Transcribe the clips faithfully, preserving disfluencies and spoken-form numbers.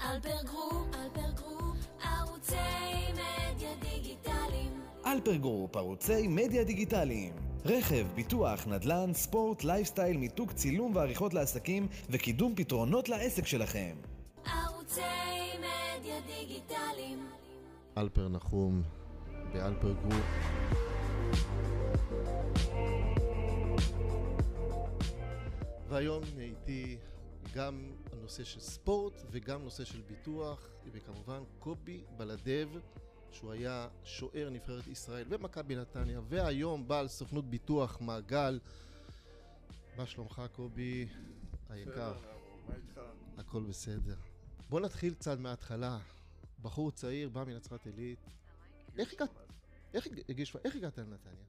אלפר גרופ, אלפר גרופ, ערוצי מדיה דיגיטליים. אלפר גרופ, ערוצי מדיה דיגיטליים. רכב, ביטוח, נדל"ן, ספורט, לייפסטייל, מיתוג, צילום ועריכות לעסקים וקידום פתרונות לעסק שלכם. ערוצי מדיה דיגיטליים. אלפר נחום באלפר גרופ. והיום איתי גם הנושא של ספורט וגם נושא של ביטוח, וכמובן קובי בלדב, שהוא היה שוער נבחרת ישראל ומכבי נתניה, והיום בעל סוכנות ביטוח מעגל. מה שלומך קובי היקר? מה איתך? הכל בסדר. בוא נתחיל קצת מההתחלה. בחור צעיר בא מנצרת עילית. איך הגעת? איך הגיש? איך הגעת לנתניה?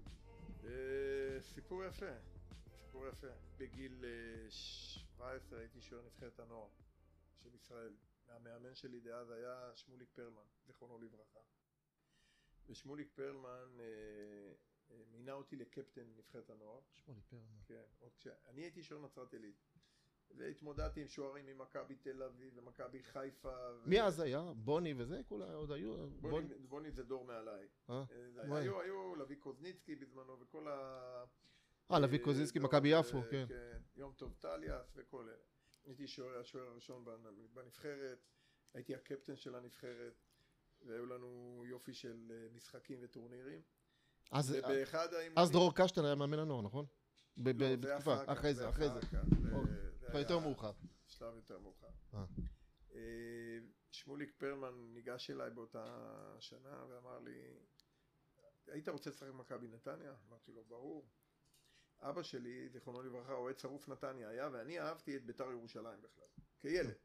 סיפור יפה. סיפור יפה. בגיל שבע עשרה הייתי שוער נבחרת הנוער של ישראל. המאמן שלי דאז היה שמוליק פרלמן, זכרונו לברכה. ושמוליק פרלמן אה, מינה אותי לקפטן נבחרת הנוער. שמוליק פרלמן. כן, עוד כשאני הייתי שוער נצרת עילית. והתמודדתי עם שוערים ממכבי תל אביב ומכבי חיפה. ו... מי אז היה? בוני וזה? כולה עוד היו? בוני, בוני... בוני זה דור מעליי. אה? היו, היו לוי קוזניצקי בזמנו וכל ה... אה, לוי קוזניצקי, מכבי יפו, כן. כן. יום טוב טליאס וכל אלה. הייתי שוער, השוער הראשון בנבחרת, הייתי הקפטן של הנבחרת, והיו לנו יופי של משחקים וטורנירים. אז, ובאחד האימונים... אז דרור קשטן היה מאמן הנוער, נכון? לא, זה בתקופה, אחר כך. אחרי זה, אחרי זה. זה יותר מאוחר. שלב יותר מאוחר. אה. שמוליק פרלמן ניגש אליי באותה שנה ואמר לי, היית רוצה לשחק במכבי נתניה? אמרתי לו, ברור. אבא שלי, זכרונו לברכה, אוהד שרוף נתניה היה, ואני אהבתי את בית"ר ירושלים בכלל, כילד.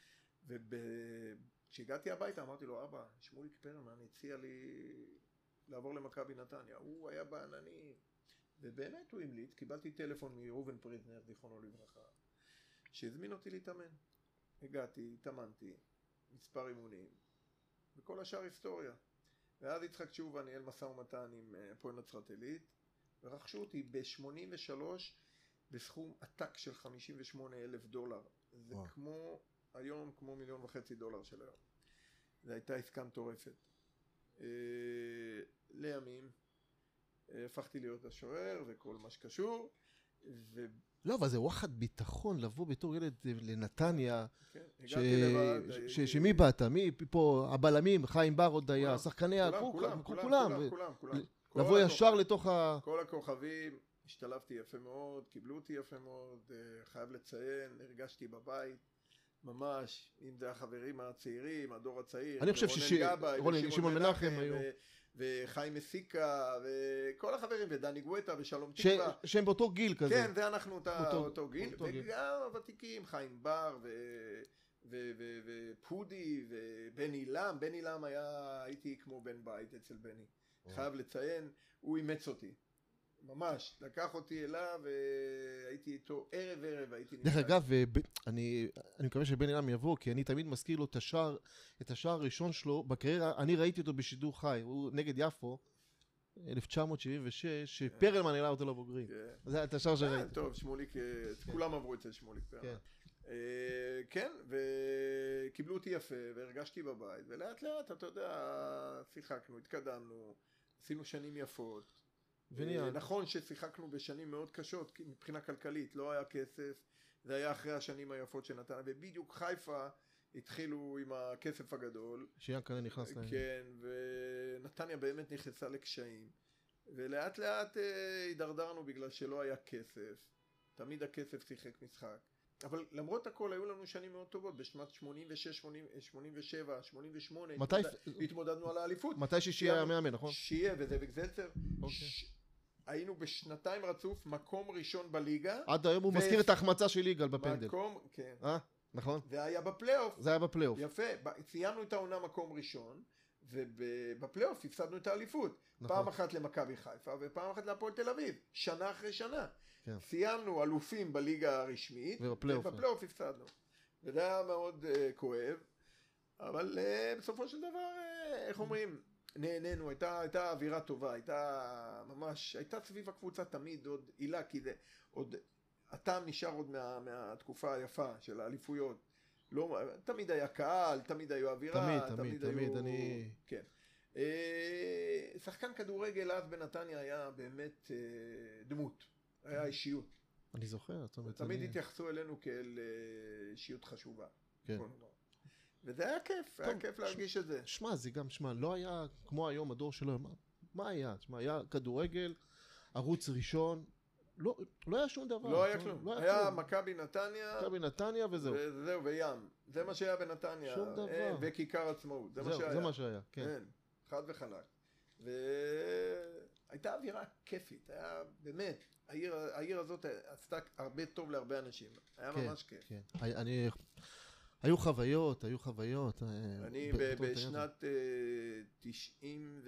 וכשהגעתי הביתה אמרתי לו, אבא, שמוליק פרלמן הציע לי לעבור למכבי נתניה. הוא היה בעננים, ובאמת הוא המליץ. קיבלתי טלפון מראובן פריזנר, זכרונו לברכה, שהזמין אותי להתאמן. הגעתי, התאמנתי, מספר אימונים, וכל השאר היסטוריה. ואז יצחק תשובה ניהל משא ומתן עם הפועל נצרת עילית, ורכשו אותי ב-שמונים ושלוש בסכום עתק של חמישים ושמונה אלף דולר. זה וואו. כמו היום, כמו מיליון וחצי דולר של היום. זו הייתה עסקה מטורפת. אה, לימים, אה, הפכתי להיות השוער וכל מה שקשור. ו... לא, אבל זה וואחד ביטחון לבוא בתור ילד לנתניה. כן, ש... הגעתי לבד. ש... ש... שמי באת? מי פה? הבלמים, חיים בר עוד היה, שחקני כולם, כולם, כולם, כולם, כולם, כולם. לבוא ישר לתוך ה... כל הכוכבים, השתלבתי יפה מאוד, קיבלו אותי יפה מאוד, חייב לציין, הרגשתי בבית, ממש, אם זה החברים הצעירים, הדור הצעיר, אני חושב ששמעון מנחם היו, וחיים מסיקה, וכל החברים, ודני גואטה ושלום תקווה. שהם באותו גיל כזה. כן, זה אנחנו אותו גיל, וגם הוותיקים, חיים בר ופודי ובני לם, בני לם היה, הייתי כמו בן בית אצל בני. חייב לציין, הוא אימץ אותי. ממש, לקח אותי אליו והייתי איתו ערב ערב, הייתי נמצא. דרך אגב, אני, אני מקווה שבני לם יבוא, כי אני תמיד מזכיר לו את השער, את השער הראשון שלו בקריירה, אני ראיתי אותו בשידור חי, הוא נגד יפו, אלף תשע מאות שבעים ושש, שפרלמן העלה אותו לבוגרים. זה את השער שראיתי. טוב, שמוליק, כולם עברו אצל שמוליק פרלמן. כן, וקיבלו אותי יפה, והרגשתי בבית, ולאט לאט, אתה יודע, שיחקנו, התקדמנו, עשינו שנים יפות. נכון ששיחקנו בשנים מאוד קשות, מבחינה כלכלית, לא היה כסף, זה היה אחרי השנים היפות שנתנה, ובדיוק חיפה התחילו עם הכסף הגדול. שיאנקל'ה נכנס להם. כן, ונתניה באמת נכנסה לקשיים, ולאט לאט הידרדרנו בגלל שלא היה כסף, תמיד הכסף שיחק משחק. אבל למרות הכל היו לנו שנים מאוד טובות, בשנת שמונים ושש, שמונים ושבע, שמונים ושמונה, מתי... התמודדנו על האליפות. מתי שישי היה מאמן, נכון? שיהיה וזאביק זלצר. אוקיי. ש... היינו בשנתיים רצוף מקום ראשון בליגה. עד היום הוא ו... מזכיר את ההחמצה של יגאל בפנדל. מקום, כן. אה, נכון. זה היה בפלייאוף. זה היה בפלייאוף. יפה, סיימנו את העונה מקום ראשון, ובפלייאוף הפסדנו את האליפות. נכון. פעם אחת למכבי חיפה ופעם אחת להפועל תל אביב. שנה אחרי שנה. כן. סיימנו אלופים בליגה הרשמית, ובפלייאוף, ובפלייאוף הפסדנו. וזה היה מאוד uh, כואב, אבל uh, בסופו של דבר, uh, איך אומרים, נהנינו, הייתה, הייתה אווירה טובה, הייתה ממש, הייתה סביב הקבוצה תמיד עוד עילה, כי זה עוד, הטעם נשאר עוד מה, מהתקופה היפה של האליפויות. לא, תמיד היה קהל, תמיד היו אווירה, תמיד, תמיד, תמיד תמיד, היו... אני... כן. אה, שחקן כדורגל אז בנתניה היה באמת אה, דמות, היה אישיות. אני זוכר, זאת אומרת, תמיד אני... התייחסו אלינו כאל אה, אישיות חשובה. כן. בוא נאמר. וזה היה כיף, היה כיף להרגיש את זה. שמע, זה גם, שמע, לא היה כמו היום, הדור שלו, מה, מה היה? שמע, היה כדורגל, ערוץ ראשון, לא, לא היה שום דבר. לא היה כלום. לא היה כלום. מכבי נתניה, מכבי נתניה וזהו. וזהו, וים. זה מה שהיה בנתניה. שום דבר. אין, וכיכר עצמאות. זה מה זהו, שהיה. זה מה שהיה, כן. אין, חד וחלק. והייתה אווירה כיפית. היה, באמת, העיר, העיר הזאת עשתה הרבה טוב להרבה אנשים. היה כן, ממש כיף. כן. אני... היו חוויות, היו חוויות. אני ב- ב- בתור בשנת אה, תשעים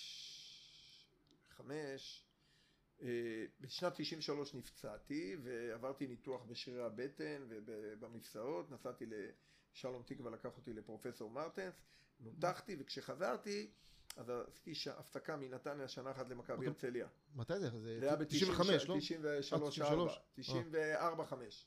וחמש, אה, בשנת תשעים ושלוש נפצעתי ועברתי ניתוח בשרירי הבטן ובמפסעות, נסעתי לשלום תקווה, לקח אותי לפרופסור מרטנס, נותחתי, וכשחזרתי אז עשיתי ש- הפסקה מנתניה שנה אחת למכבי הרצליה. מתי זה? זה היה תשעים וחמש, לא? ב-תשעים ושלוש אה, ארבע, תשעים תשעים וארבע חמש.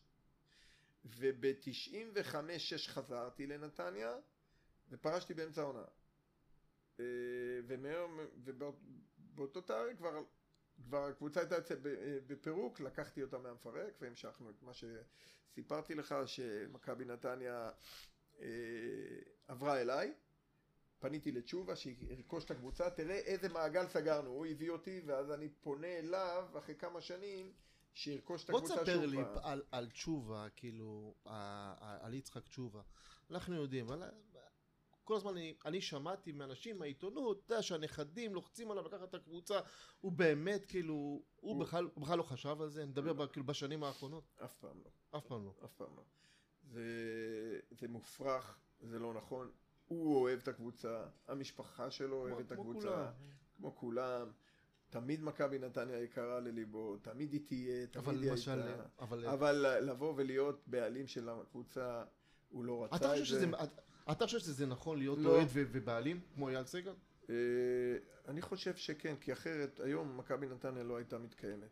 וב-תשעים וחמש שש חזרתי לנתניה ופרשתי באמצע העונה. אה, ומהיום, ובאותו תאריך כבר, כבר הקבוצה הייתה אצל- ב- בפירוק, לקחתי אותה מהמפרק והמשכנו את מה שסיפרתי לך, שמכבי נתניה אה, עברה אליי. פניתי לתשובה שירכוש את הקבוצה, תראה איזה מעגל סגרנו, הוא הביא אותי ואז אני פונה אליו אחרי כמה שנים שירכוש את בוא הקבוצה תספר שוב לי פעם. על, על תשובה, כאילו, ה- ה- על יצחק תשובה. אנחנו יודעים, על, כל הזמן אני, אני שמעתי מאנשים מהעיתונות, אתה יודע שהנכדים לוחצים עליו לקחת את הקבוצה, הוא באמת, כאילו, הוא, הוא... בכלל, הוא בכלל לא חשב על זה, נדבר ב, כאילו, בשנים האחרונות, אף פעם לא. אף פעם לא. אף פעם לא. זה, זה מופרך, זה לא נכון. הוא אוהב את הקבוצה, המשפחה שלו אוהבת את כמו הקבוצה, כולם. כמו כולם. תמיד מכבי נתניה יקרה לליבו, תמיד היא תהיה, תמיד אבל היא למשל, הייתה. אבל, אבל לבוא ולהיות בעלים של הקבוצה, הוא לא רצה את אתה זה. חושב שזה, אתה, אתה חושב שזה נכון להיות לא. אוהד ו- ובעלים, כמו אייל סגל? אה, אני חושב שכן, כי אחרת היום מכבי נתניה לא הייתה מתקיימת.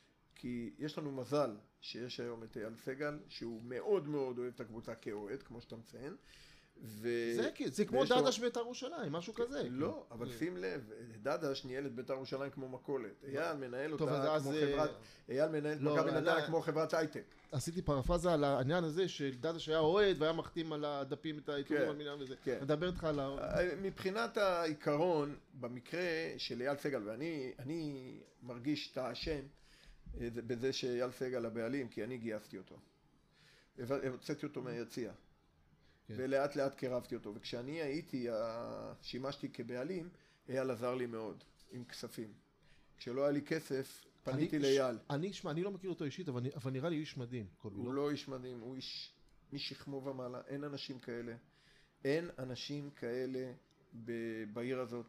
כי יש לנו מזל שיש היום את אייל סגל, שהוא מאוד מאוד אוהב את הקבוצה כאוהד, כמו שאתה מציין. ו... זה, כי- זה כמו ויש לו- דדש בית"ר ירושלים, משהו כזה. לא, אבל שים לב, דדש ניהל את בית"ר ירושלים כמו מכולת. אייל מנהל טוב, אותה אז כמו אז, חברת... אייל מנהל את לא, מכבי לא, נתניה לא. כמו חברת הייטק. עשיתי פרפרזה על העניין הזה שדדש היה אוהד והיה מחתים על הדפים את העיתונים כן, על מניין וזה. כן. מדבר איתך על ה... מבחינת העיקרון, במקרה של אייל סגל, ואני אני מרגיש את האשם אה, זה- בזה שאייל סגל הבעלים, כי אני גייסתי אותו. הוצאתי אותו מהיציע. כן. ולאט לאט קרבתי אותו. וכשאני הייתי, ה- שימשתי כבעלים, אייל עזר לי מאוד, עם כספים. כשלא היה לי כסף, פניתי אני- לאייל. אני, שמע, אני לא מכיר אותו אישית, אבל אני- אבל נראה לי איש מדהים, קובי, הוא לא? לא איש מדהים, הוא איש משכמו ומעלה, אין אנשים כאלה. אין אנשים כאלה ב- בעיר הזאת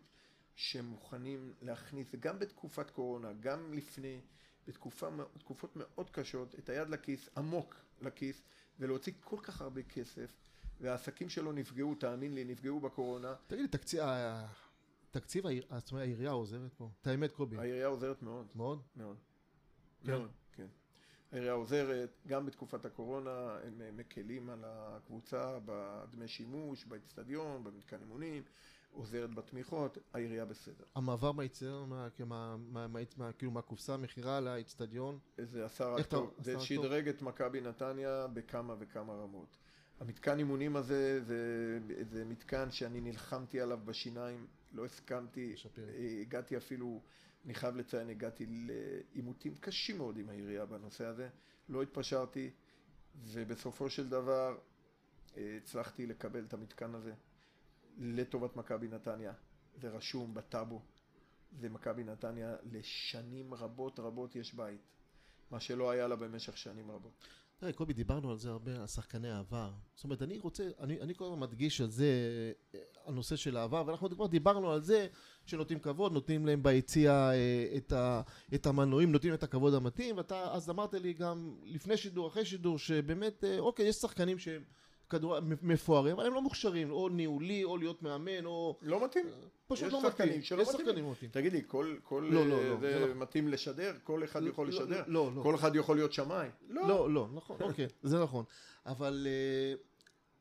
שמוכנים להכניס, גם בתקופת קורונה, גם לפני, בתקופה, בתקופות מאוד קשות, את היד לכיס, עמוק לכיס, ולהוציא כל כך הרבה כסף, והעסקים שלו נפגעו, תאמין לי, נפגעו בקורונה. תגיד לי, תקציב, ה- תקציב העיר- זאת אומרת, העירייה עוזרת פה? את האמת, קובי. העירייה עוזרת מאוד, מאוד? מאוד. כן. מאוד, כן. העירייה עוזרת, גם בתקופת הקורונה הם מקלים על הקבוצה בדמי שימוש, באצטדיון, במתקן אימונים, עוזרת בתמיכות, העירייה בסדר. המעבר מהאיצטדיון, מה- מה- מה- מה- מה- כאילו מהקופסה, מכירה לאיצטדיון, זה עשה רק איך אתה- טוב, עשה זה רק שדרג את מכבי נתניה בכמה וכמה רמות. המתקן אימונים הזה זה, זה מתקן שאני נלחמתי עליו בשיניים, לא הסכמתי, לשפר. הגעתי אפילו, אני חייב לציין, הגעתי לעימותים קשים מאוד עם העירייה בנושא הזה, לא התפשרתי, ובסופו של דבר אה, הצלחתי לקבל את המתקן הזה לטובת מכבי נתניה. זה רשום בטאבו, זה מכבי נתניה לשנים רבות רבות יש בית, מה שלא היה לה במשך שנים רבות. תראה, קובי, דיברנו על זה הרבה, על שחקני העבר. זאת אומרת, אני רוצה, אני, אני כל הזמן מדגיש על זה, אה, הנושא של העבר, ואנחנו כבר דיברנו על זה שנותנים כבוד, נותנים להם ביציע אה, את, ה, את המנועים, נותנים את הכבוד המתאים, ואתה אז אמרת לי גם לפני שידור, אחרי שידור, שבאמת, אה, אוקיי, יש שחקנים שהם כדור, מפוארים, אבל הם לא מוכשרים, או ניהולי, או להיות מאמן, או... לא מתאים. פשוט יש לא שחקנים מתאים. שלא יש מתאים. שחקנים לא מתאים. תגיד לי, כל, כל לא, לא, אה, לא, זה זה לא. מתאים לשדר? כל אחד יכול לא, לשדר? לא, לא. כל אחד יכול להיות שמאי? לא. לא, לא, נכון, אוקיי, זה נכון. אבל אה,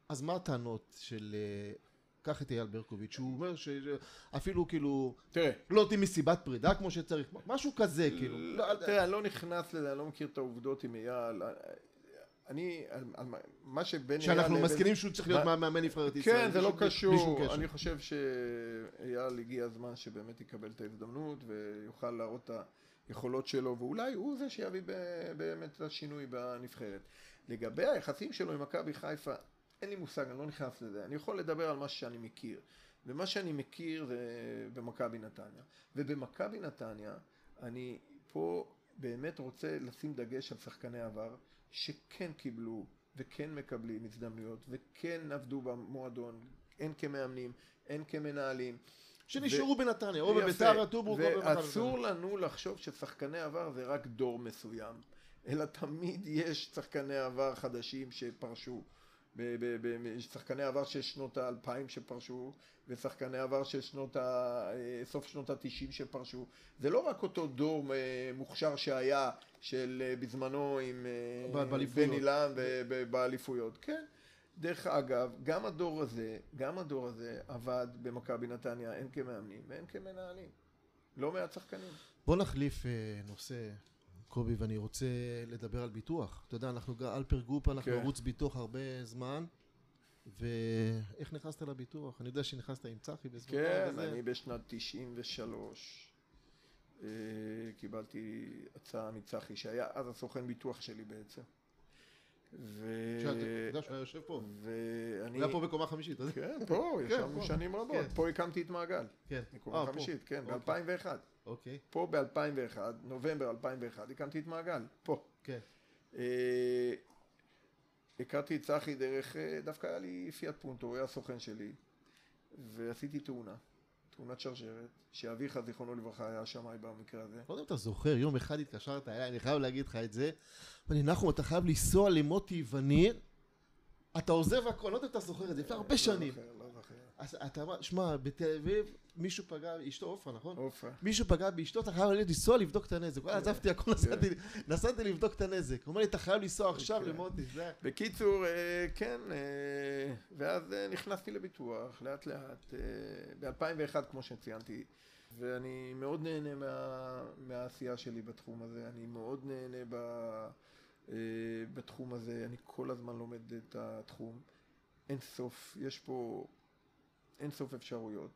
אז מה הטענות של... קח את אייל ברקוביץ', שהוא אומר שאפילו כאילו... תראה. לא נותנים מסיבת פרידה כמו שצריך, משהו כזה, כאילו. תראה, אני לא נכנס לזה, אני לא מכיר את העובדות עם אייל. אני, על מה שבין אייל... שאנחנו מסכימים שהוא צריך להיות מאמן נבחרת ישראל. כן, זה לא קשור. אני חושב שאייל הגיע הזמן שבאמת יקבל את ההזדמנות ויוכל להראות את היכולות שלו, ואולי הוא זה שיביא באמת את השינוי בנבחרת. לגבי היחסים שלו עם מכבי חיפה, אין לי מושג, אני לא נכנס לזה. אני יכול לדבר על מה שאני מכיר. ומה שאני מכיר זה במכבי נתניה. ובמכבי נתניה, אני פה באמת רוצה לשים דגש על שחקני עבר, שכן קיבלו וכן מקבלים הזדמנויות, וכן עבדו במועדון, הן כמאמנים, הן כמנהלים. שנשארו ו... בנתניה, או בביתר, טוברוק, או במכבי נתניה. ואסור לנו לחשוב ששחקני עבר זה רק דור מסוים, אלא תמיד יש שחקני עבר חדשים שפרשו. שחקני עבר של שנות האלפיים שפרשו, ושחקני עבר של שנות ה... סוף שנות התשעים שפרשו. זה לא רק אותו דור מוכשר שהיה של בזמנו עם בן אילן ובאליפויות. כן. דרך אגב, גם הדור הזה, גם הדור הזה עבד במכבי נתניה, הן כמאמנים והן כמנהלים. לא מעט שחקנים. בוא נחליף נושא. קובי, ואני רוצה לדבר על ביטוח. אתה יודע, אנחנו אלפר גרופ, אנחנו ערוץ ביטוח הרבה זמן, ואיך נכנסת לביטוח? אני יודע שנכנסת עם צחי בזמן. כן, אני בשנת תשעים ושלוש קיבלתי הצעה מצחי, שהיה אז הסוכן ביטוח שלי בעצם. אתה יודע שהוא היה יושב פה? הוא היה פה בקומה חמישית. כן, פה, ישבנו שנים רבות. פה הקמתי את מעגל. כן. בקומה חמישית, כן, ב-אלפיים ואחת. אוקיי. פה ב-אלפיים ואחת, נובמבר אלפיים ואחת, הקמתי את מעגל, פה. כן. הכרתי את צחי דרך, דווקא היה לי פיאט פונטו, הוא היה הסוכן שלי, ועשיתי תאונה, תאונת שרשרת, שאביך זיכרונו לברכה היה שמאי במקרה הזה. לא יודע אם אתה זוכר, יום אחד התקשרת אליי, אני חייב להגיד לך את זה, ואני נחום, אתה חייב לנסוע למוטי וניר, אתה עוזב הכל, לא יודע אם אתה זוכר את זה, לפני הרבה שנים. לא זוכר, לא זוכר. אז אתה אמר, שמע, בתל אביב, מישהו פגע, אשתו אופרה, נכון? אופרה. מישהו פגע באשתו, אתה חייב לנסוע לבדוק את הנזק. עזבתי הכל, נסעתי לבדוק את הנזק. הוא אומר לי, אתה חייב לנסוע עכשיו למוטי. בקיצור, כן, ואז נכנסתי לביטוח, לאט לאט, ב-אלפיים ואחת, כמו שציינתי, ואני מאוד נהנה מהעשייה שלי בתחום הזה, אני מאוד נהנה בתחום הזה, אני כל הזמן לומד את התחום. אין סוף, יש פה אין סוף אפשרויות.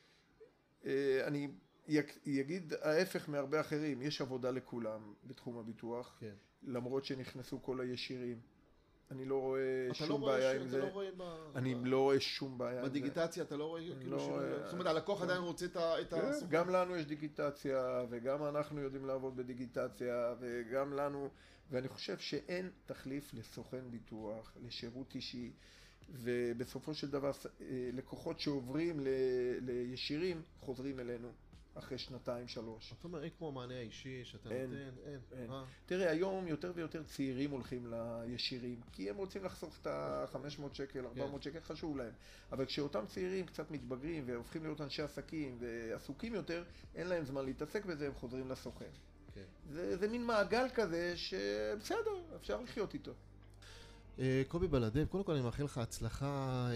אני אגיד ההפך מהרבה אחרים, יש עבודה לכולם בתחום הביטוח, כן. למרות שנכנסו כל הישירים. אני לא רואה שום לא בעיה רואה, עם זה. לא רואה ב... אני ב... לא רואה שום בעיה עם זה. בדיגיטציה אתה לא רואה? כאילו לא... ש... זאת אומרת, הלקוח עדיין רוצה את ה... כן, ה... גם לנו יש דיגיטציה, וגם אנחנו יודעים לעבוד בדיגיטציה, וגם לנו, ואני חושב שאין תחליף לסוכן ביטוח, לשירות אישי, ובסופו של דבר לקוחות שעוברים לישירים חוזרים אלינו אחרי שנתיים, שלוש. אתה אומר, אין כמו המענה האישי שאתה נותן? אין, אין. תראה, היום יותר ויותר צעירים הולכים לישירים, כי הם רוצים לחסוך את ה-חמש מאות שקל, ארבע מאות שקל, חשוב להם. אבל כשאותם צעירים קצת מתבגרים והופכים להיות אנשי עסקים ועסוקים יותר, אין להם זמן להתעסק בזה, הם חוזרים לסוכן. זה מין מעגל כזה שבסדר, אפשר לחיות איתו. קובי בלדב, קודם כל אני מאחל לך הצלחה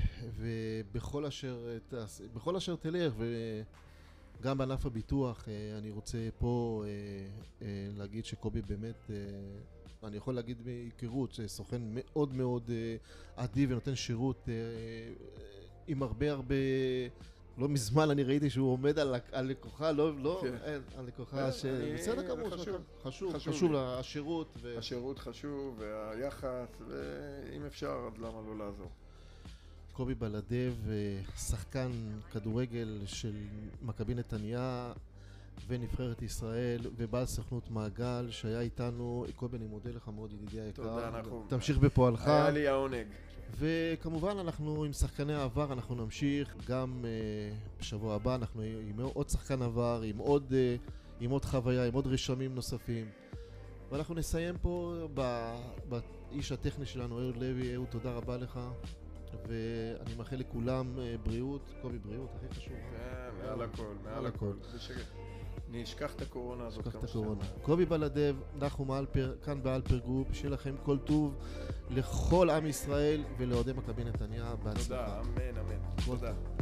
ובכל אשר, בכל אשר תלך, וגם בענף הביטוח. אני רוצה פה להגיד שקובי באמת, אני יכול להגיד מהיכרות, סוכן מאוד מאוד אדיב ונותן שירות עם הרבה הרבה, לא מזמן אני ראיתי שהוא עומד על לקוחה, לא, לא, אין, על לקוחה ש... בסדר כמובן, חשוב, חשוב השירות. השירות חשוב והיחס, ואם אפשר, אז למה לא לעזור. קובי בלדב, שחקן כדורגל של מכבי נתניה ונבחרת ישראל ובעל סוכנות מעגל שהיה איתנו. קובי, אני מודה לך מאוד ידידי היקר. תודה, נחום. תמשיך בפועלך. היה לי העונג. וכמובן אנחנו עם שחקני העבר, אנחנו נמשיך גם uh, בשבוע הבא, אנחנו עם עוד שחקן עבר, עם עוד, uh, עם עוד חוויה, עם עוד רשמים נוספים, ואנחנו נסיים פה באיש הטכני שלנו, אהוד לוי. אהוד, תודה רבה לך. ואני מאחל לכולם אה, בריאות, קובי בריאות, הכי חשוב. כן, מעל הכל, מעל הכל. נשכח את הקורונה הזאת. נשכח את הקורונה. קובי בלדב, נחום אלפר, כאן באלפר גרופ, שיהיה לכם כל טוב לכל עם ישראל ולאוהדי מכבי נתניה בהצלחה. תודה, אמן, אמן. תודה.